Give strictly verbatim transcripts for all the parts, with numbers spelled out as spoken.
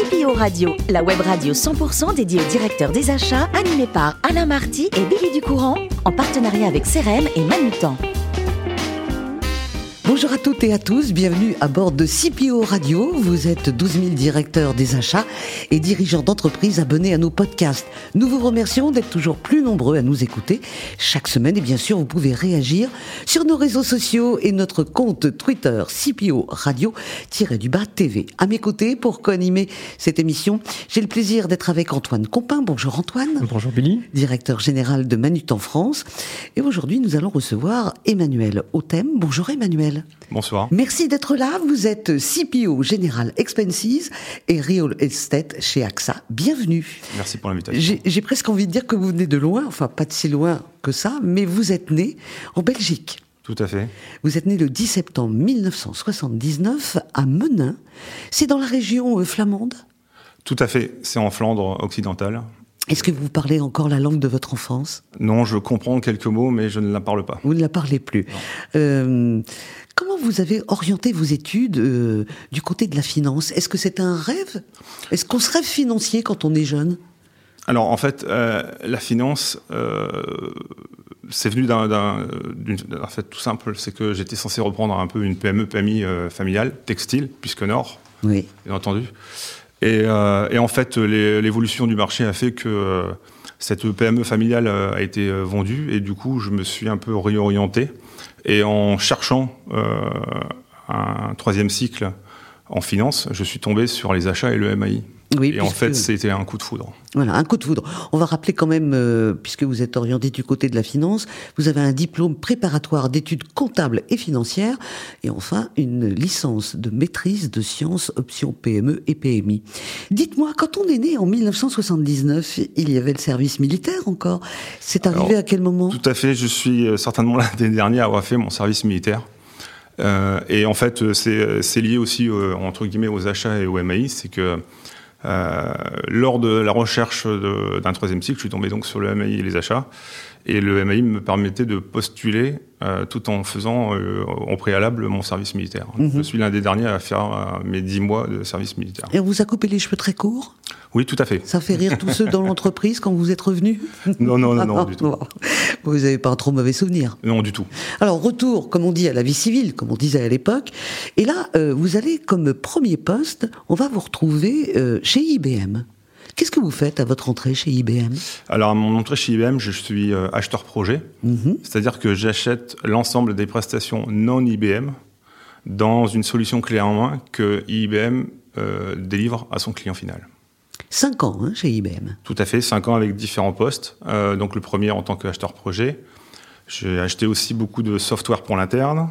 C P O Radio, la web radio cent pour cent dédiée au directeur des achats, animée par Alain Marty et Billy Ducourant, en partenariat avec C R M et Manutan. Bonjour à toutes et à tous, bienvenue à bord de C P O Radio. Vous êtes douze mille directeurs des achats et dirigeants d'entreprises abonnés à nos podcasts. Nous vous remercions d'être toujours plus nombreux à nous écouter chaque semaine. Et bien sûr, vous pouvez réagir sur nos réseaux sociaux et notre compte Twitter C P O Radio-du-bas T V. À mes côtés, pour co-animer cette émission, j'ai le plaisir d'être avec Antoine Compin. Bonjour Antoine. Bonjour Billy. Directeur général de Manutan France. Et aujourd'hui, nous allons recevoir Emmanuel Autem. Bonjour Emmanuel. Bonsoir. Merci d'être là. Vous êtes C P O General Expenses et Real Estate chez A X A. Bienvenue. Merci pour l'invitation. J'ai, j'ai presque envie de dire que vous venez de loin, enfin pas de si loin que ça, mais vous êtes né en Belgique. Tout à fait. Vous êtes né le dix septembre mille neuf cent soixante-dix-neuf à Menin. C'est dans la région euh, flamande ? Tout à fait. C'est en Flandre occidentale. Est-ce que vous parlez encore la langue de votre enfance ? Non, je comprends quelques mots, mais je ne la parle pas. Vous ne la parlez plus. Euh, comment vous avez orienté vos études euh, du côté de la finance ? Est-ce que c'est un rêve ? Est-ce qu'on se rêve financier quand on est jeune ? Alors, en fait, euh, la finance, euh, c'est venu d'un, d'un, d'une, d'un fait tout simple. C'est que j'étais censé reprendre un peu une P M E, P M I euh, familiale, textile, puisque Nord, oui. Bien entendu. Et, euh, et en fait, les, l'évolution du marché a fait que euh, cette P M E familiale euh, a été euh, vendue. Et du coup, je me suis un peu réorienté. Et en cherchant euh, un troisième cycle en finance, je suis tombé sur les achats et le M A I. Oui, et en fait, c'était un coup de foudre. Voilà, un coup de foudre. On va rappeler quand même, euh, puisque vous êtes orienté du côté de la finance, vous avez un diplôme préparatoire d'études comptables et financières, et enfin une licence de maîtrise de sciences options P M E et P M I. Dites-moi, quand on est né en mille neuf cent soixante-dix-neuf, il y avait le service militaire encore. C'est arrivé Alors, à quel moment ? Tout à fait, je suis certainement l'un des derniers à avoir fait mon service militaire. Euh, et en fait, c'est, c'est lié aussi, euh, entre guillemets, aux achats et au M A I, c'est que Euh, lors de la recherche de, d'un troisième cycle, je suis tombé donc sur le M A I et les achats. Et le M A I me permettait de postuler euh, tout en faisant euh, au préalable mon service militaire. Mmh. Je suis l'un des derniers à faire euh, mes dix mois de service militaire. Et on vous a coupé les cheveux très courts ? Oui, tout à fait. Ça fait rire tous ceux dans l'entreprise quand vous êtes revenu ? Non, non, non, non, non, du tout. Vous n'avez pas un trop mauvais souvenir ? Non, du tout. Alors, retour, comme on dit, à la vie civile, comme on disait à l'époque. Et là, euh, vous allez, comme premier poste, on va vous retrouver euh, chez I B M. Qu'est-ce que vous faites à votre entrée chez I B M ? Alors, à mon entrée chez I B M, je suis euh, acheteur projet. Mm-hmm. C'est-à-dire que j'achète l'ensemble des prestations non I B M dans une solution clé en main que I B M euh, délivre à son client final. Cinq ans hein, chez I B M. Tout à fait, cinq ans avec différents postes. Euh, donc le premier en tant qu'acheteur projet. J'ai acheté aussi beaucoup de software pour l'interne.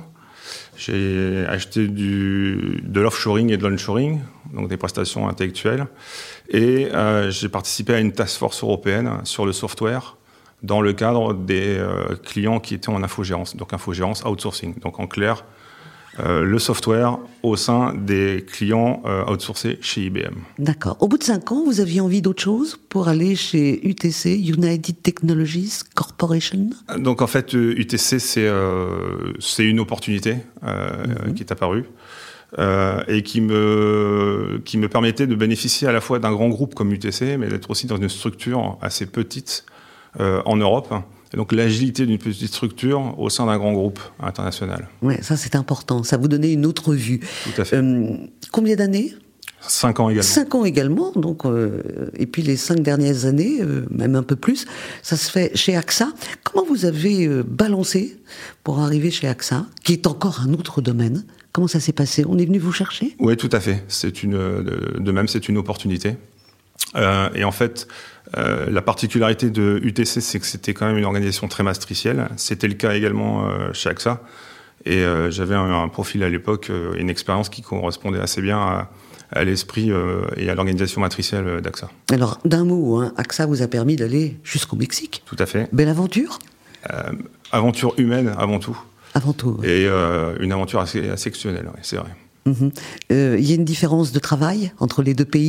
J'ai acheté du, de l'offshoring et de l'onshoring, donc des prestations intellectuelles. Et euh, j'ai participé à une task force européenne sur le software dans le cadre des euh, clients qui étaient en infogérance, donc infogérance outsourcing. Donc en clair, euh, le software au sein des clients euh, outsourcés chez I B M. D'accord. Au bout de cinq ans, vous aviez envie d'autre chose pour aller chez U T C, United Technologies Corporation ? Donc en fait, U T C, c'est, euh, c'est une opportunité euh, mm-hmm. qui est apparue. Euh, et qui me, qui me permettait de bénéficier à la fois d'un grand groupe comme U T C, mais d'être aussi dans une structure assez petite euh, en Europe. Et donc l'agilité d'une petite structure au sein d'un grand groupe international. Oui, ça c'est important, ça vous donnait une autre vue. Tout à fait. Euh, combien d'années ? Cinq ans également. Cinq ans également, donc, euh, et puis les cinq dernières années, euh, même un peu plus, ça se fait chez A X A. Comment vous avez euh, balancé pour arriver chez A X A, qui est encore un autre domaine ? Comment ça s'est passé ? On est venu vous chercher ? Oui, tout à fait. C'est une, de, de même, c'est une opportunité. Euh, et en fait, euh, la particularité de U T C, c'est que c'était quand même une organisation très matricielle. C'était le cas également euh, chez A X A. Et euh, j'avais un, un profil à l'époque, euh, une expérience qui correspondait assez bien à, à l'esprit euh, et à l'organisation matricielle d'A X A. Alors, d'un mot, hein, A X A vous a permis d'aller jusqu'au Mexique. Tout à fait. Belle aventure ? euh, Aventure humaine, avant tout. Avant tout. Oui. Et euh, une aventure assez, assez exceptionnelle, oui, c'est vrai. Il mmh. euh, y a une différence de travail entre les deux pays ?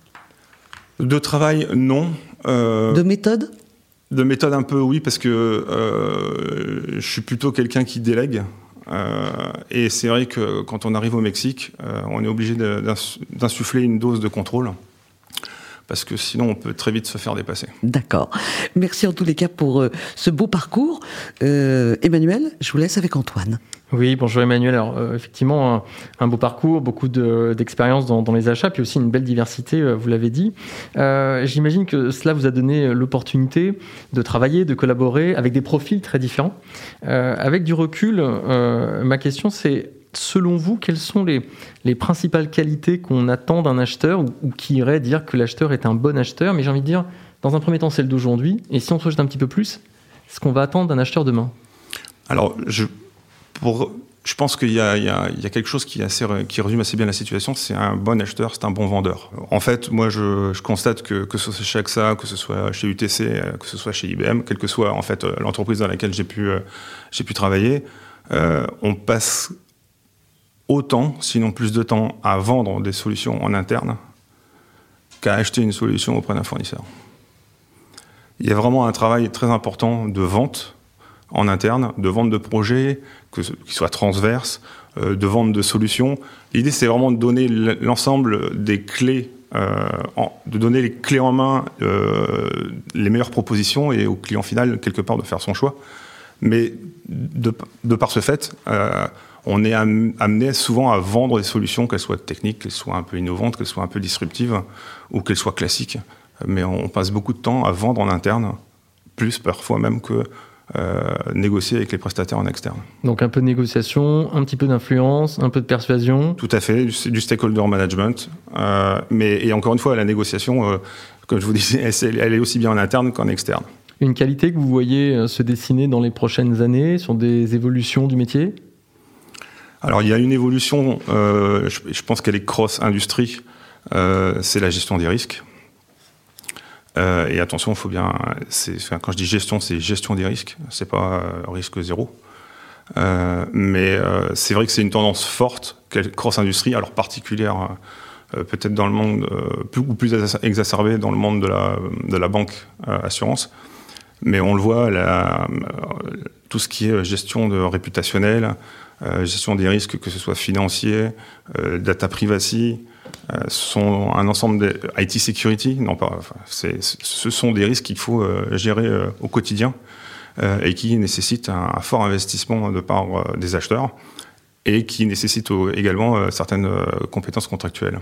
De travail, non. Euh, de méthode ? De méthode, un peu, oui, parce que euh, je suis plutôt quelqu'un qui délègue. Euh, et c'est vrai que quand on arrive au Mexique, euh, on est obligé de, d'insuffler une dose de contrôle, parce que sinon on peut très vite se faire dépasser. D'accord. Merci en tous les cas pour euh, ce beau parcours. Euh, Emmanuel, je vous laisse avec Antoine. Oui, bonjour Emmanuel. Alors euh, effectivement, un, un beau parcours, beaucoup de, d'expérience dans, dans les achats, puis aussi une belle diversité, euh, vous l'avez dit. Euh, j'imagine que cela vous a donné l'opportunité de travailler, de collaborer avec des profils très différents. Euh, avec du recul, euh, ma question c'est, selon vous, quelles sont les, les principales qualités qu'on attend d'un acheteur, ou, ou qui irait dire que l'acheteur est un bon acheteur? Mais j'ai envie de dire, dans un premier temps, celle d'aujourd'hui, et si on se projette un petit peu plus, ce qu'on va attendre d'un acheteur demain. Alors, je... Pour, je pense qu'il y a, il y a, il y a quelque chose qui, est assez, qui résume assez bien la situation, c'est un bon acheteur, c'est un bon vendeur. En fait, moi, je, je constate que, que ce soit chez A X A, que ce soit chez U T C, que ce soit chez I B M, quelle que soit en fait, l'entreprise dans laquelle j'ai pu, j'ai pu travailler, euh, on passe autant, sinon plus de temps, à vendre des solutions en interne qu'à acheter une solution auprès d'un fournisseur. Il y a vraiment un travail très important de vente en interne, de vente de projets, que, qui soient transverses, euh, de vente de solutions. L'idée, c'est vraiment de donner l'ensemble des clés, euh, en, de donner les clés en main, euh, les meilleures propositions, et au client final, quelque part, de faire son choix. Mais de, de par ce fait, euh, on est amené souvent à vendre des solutions, qu'elles soient techniques, qu'elles soient un peu innovantes, qu'elles soient un peu disruptives, ou qu'elles soient classiques. Mais on passe beaucoup de temps à vendre en interne, plus parfois même que Euh, négocier avec les prestataires en externe. Donc un peu de négociation, un petit peu d'influence, un peu de persuasion. Tout à fait, du, du stakeholder management. Euh, mais, et encore une fois, la négociation, euh, comme je vous disais, elle, elle est aussi bien en interne qu'en externe. Une qualité que vous voyez se dessiner dans les prochaines années sur des évolutions du métier ? Alors il y a une évolution, euh, je, je pense qu'elle est cross-industrie, euh, c'est la gestion des risques. Euh, et attention, il faut bien. C'est, enfin, quand je dis gestion, c'est gestion des risques. C'est pas euh, risque zéro. Euh, mais euh, c'est vrai que c'est une tendance forte, cross-industrie, alors particulière euh, peut-être dans le monde euh, plus ou plus exacerbée dans le monde de la de la banque euh, assurance. Mais on le voit, la, euh, tout ce qui est gestion de réputationnelle, euh, gestion des risques, que ce soit financier, euh, data privacy. Euh, sont un ensemble de I T security, non pas, enfin, c'est, ce sont des risques qu'il faut euh, gérer euh, au quotidien euh, et qui nécessitent un, un fort investissement de part euh, des acheteurs et qui nécessitent euh, également euh, certaines euh, compétences contractuelles.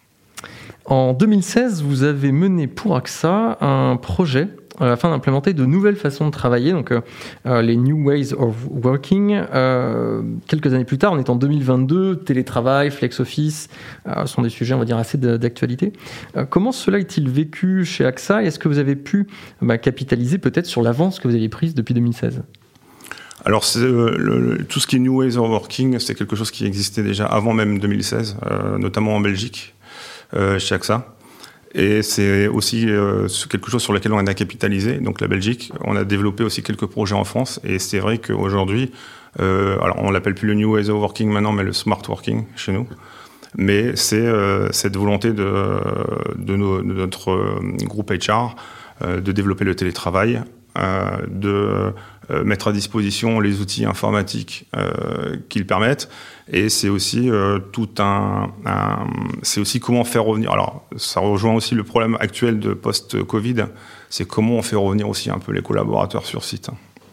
En deux mille seize, vous avez mené pour A X A un projet euh, afin d'implémenter de nouvelles façons de travailler, donc euh, les New Ways of Working. Euh, quelques années plus tard, on est en deux mille vingt-deux, télétravail, flex office euh, sont des sujets, on va dire, assez de, d'actualité. Euh, comment cela est-il vécu chez A X A et est-ce que vous avez pu bah, capitaliser peut-être sur l'avance que vous aviez prise depuis deux mille seize ? Alors, c'est, euh, le, tout ce qui est New Ways of Working, c'est quelque chose qui existait déjà avant même deux mille seize, euh, notamment en Belgique. Euh, chez A X A. Et c'est aussi euh, quelque chose sur lequel on a capitalisé. Donc la Belgique, on a développé aussi quelques projets en France. Et c'est vrai qu'aujourd'hui, euh, alors on l'appelle plus le New Ways of Working maintenant, mais le Smart Working chez nous. Mais c'est euh, cette volonté de, de, nos, de notre euh, groupe H R euh, de développer le télétravail, euh, de euh, mettre à disposition les outils informatiques euh, qui le permettent. Et c'est aussi euh, tout un, un, c'est aussi comment faire revenir. Alors, ça rejoint aussi le problème actuel de post-Covid. C'est comment on fait revenir aussi un peu les collaborateurs sur site.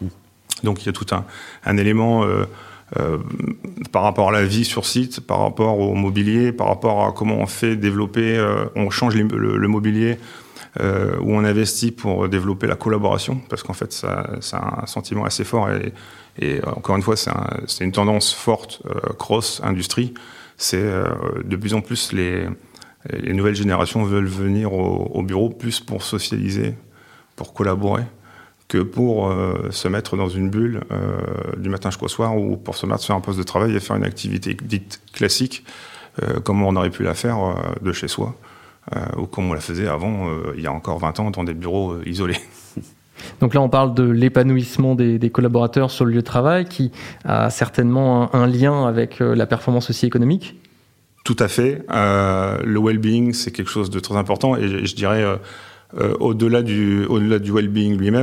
Donc, il y a tout un, un élément euh, euh, par rapport à la vie sur site, par rapport au mobilier, par rapport à comment on fait développer, euh, on change les, le, le mobilier. Euh, où on investit pour développer la collaboration, parce qu'en fait, ça, c'est un sentiment assez fort, et, et encore une fois, c'est, un, c'est une tendance forte, euh, cross-industrie. C'est euh, de plus en plus, les, les nouvelles générations veulent venir au, au bureau plus pour socialiser, pour collaborer, que pour euh, se mettre dans une bulle euh, du matin jusqu'au soir, ou pour se mettre sur un poste de travail et faire une activité dite classique, euh, comme on aurait pu la faire euh, de chez soi. Euh, ou comme on la faisait avant, euh, il y a encore vingt ans, dans des bureaux euh, isolés. Donc là, on parle de l'épanouissement des, des collaborateurs sur le lieu de travail, qui a certainement un, un lien avec euh, la performance aussi économique. Tout à fait. Euh, le well-being, c'est quelque chose de très important. Et je, je dirais, euh, euh, au-delà du, au-delà du well-being lui-même,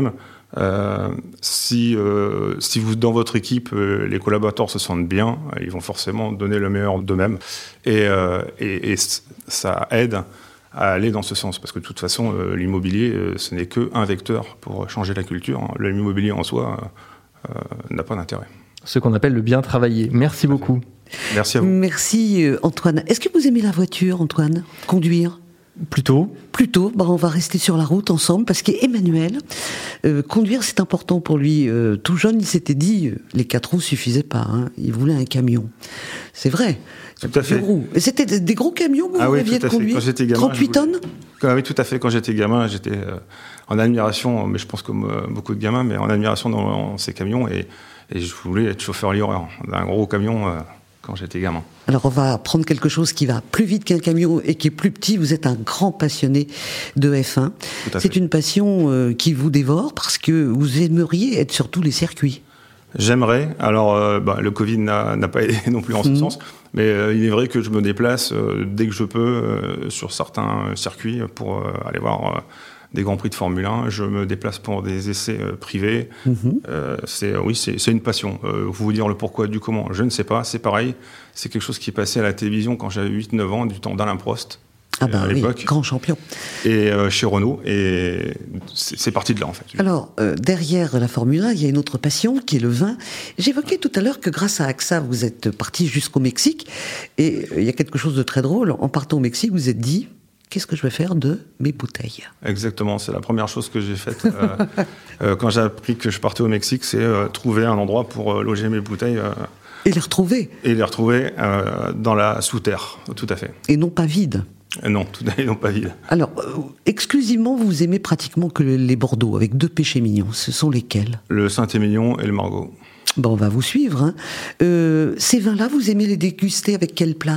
Euh, si, euh, si vous, dans votre équipe, euh, les collaborateurs se sentent bien, ils vont forcément donner le meilleur d'eux-mêmes. Et, euh, et, et ça aide à aller dans ce sens. Parce que de toute façon, euh, l'immobilier, euh, ce n'est qu'un vecteur pour changer la culture. L'immobilier en soi euh, euh, n'a pas d'intérêt. Ce qu'on appelle le bien travailler. Merci beaucoup. Merci à vous. Merci Antoine. Est-ce que vous aimez la voiture, Antoine ? Conduire ? Plutôt. Plutôt, bah on va rester sur la route ensemble parce qu'Emmanuel, euh, conduire c'est important pour lui. Euh, tout jeune, il s'était dit, euh, les quatre roues suffisaient pas, hein, il voulait un camion. C'est vrai. Tout à fait. Roues. Et c'était des, des gros camions que vous ah oui, rêviez de conduire. Quand j'étais gamin, trente-huit voulais... tonnes. Ah oui, tout à fait. Quand j'étais gamin, j'étais euh, en admiration, mais je pense comme euh, beaucoup de gamins, mais en admiration dans, dans ces camions et, et je voulais être chauffeur-livreur d'un gros camion. Euh, quand j'étais gamin. Alors on va prendre quelque chose qui va plus vite qu'un camion et qui est plus petit. Vous êtes un grand passionné de F un. C'est une passion euh, qui vous dévore parce que vous aimeriez être sur tous les circuits. J'aimerais. Alors euh, bah, le Covid n'a, n'a pas aidé non plus en ce mmh. sens. Mais euh, il est vrai que je me déplace euh, dès que je peux euh, sur certains circuits pour euh, aller voir... Euh, des Grands Prix de Formule un, je me déplace pour des essais euh, privés. Mmh. Euh, c'est, oui, c'est, c'est une passion. Euh, vous dire le pourquoi du comment, je ne sais pas. C'est pareil, c'est quelque chose qui est passé à la télévision quand j'avais huit neuf ans, du temps d'Alain Prost, ah bah à oui, l'époque. Grand champion. Et euh, chez Renault, et c'est, c'est parti de là en fait. Alors, euh, derrière la Formule un, il y a une autre passion qui est le vin. J'évoquais tout à l'heure que grâce à AXA, vous êtes parti jusqu'au Mexique, et euh, il y a quelque chose de très drôle. En partant au Mexique, vous vous êtes dit... Qu'est-ce que je vais faire de mes bouteilles ? Exactement, c'est la première chose que j'ai faite euh, euh, quand j'ai appris que je partais au Mexique, c'est euh, trouver un endroit pour euh, loger mes bouteilles. Euh, et les retrouver Et les retrouver euh, dans la sous-terre, tout à fait. Et non pas vides ? euh, Non, tout à fait, non pas vides. Alors, euh, exclusivement, vous aimez pratiquement que les Bordeaux, avec deux péchés mignons. Ce sont lesquels ? Le Saint-Émilion et le Margaux. Bon, on va vous suivre. Hein. Euh, ces vins-là, vous aimez les déguster avec quel plat ?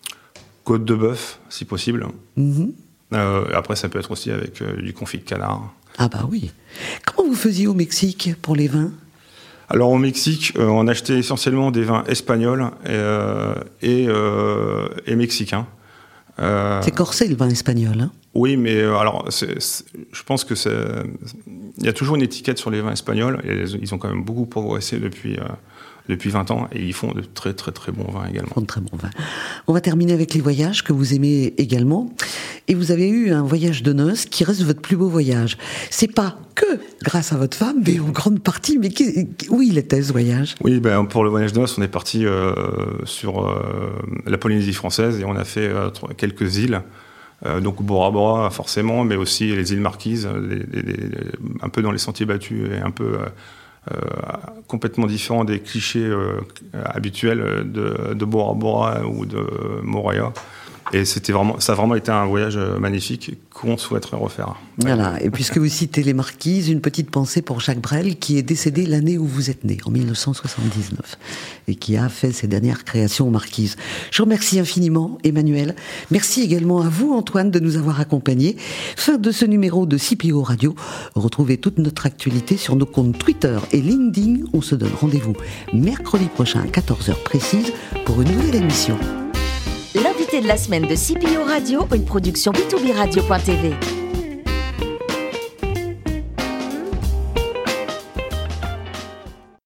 Côte de bœuf, si possible. Mmh. Euh, après, ça peut être aussi avec euh, du confit de canard. Ah bah oui. Comment vous faisiez au Mexique pour les vins ? Alors au Mexique, euh, on achetait essentiellement des vins espagnols et, euh, et, euh, et mexicains. Euh, c'est corsé le vin espagnol, hein ? Oui, mais euh, alors, c'est, c'est, je pense que c'est, il y a toujours une étiquette sur les vins espagnols. Et ils ont quand même beaucoup progressé depuis... Euh, depuis vingt ans, et ils font de très très très bons vins également. Ils font de très bons vins. On va terminer avec les voyages que vous aimez également. Et vous avez eu un voyage de noces qui reste votre plus beau voyage. C'est pas que grâce à votre femme, mais en grande partie. Mais qui, où il était ce voyage ? Oui, ben, pour le voyage de noces, on est parti euh, sur euh, la Polynésie française et on a fait euh, quelques îles. Euh, donc Bora Bora forcément, mais aussi les îles Marquises, les, les, les, un peu dans les sentiers battus et un peu... Euh, Euh, complètement différent des clichés euh, habituels de, de Bora Bora ou de Moorea. Et c'était vraiment, ça a vraiment été un voyage magnifique qu'on souhaiterait refaire. Voilà. Et puisque vous citez les Marquises, une petite pensée pour Jacques Brel, qui est décédé l'année où vous êtes né, en dix-neuf cent soixante-dix-neuf, et qui a fait ses dernières créations aux Marquises. Je vous remercie infiniment, Emmanuel. Merci également à vous, Antoine, de nous avoir accompagnés. Fin de ce numéro de C P O Radio. Retrouvez toute notre actualité sur nos comptes Twitter et LinkedIn. On se donne rendez-vous mercredi prochain à quatorze heures précise pour une nouvelle émission. L'invité de la semaine de C P O Radio, une production b deux b radio point t v.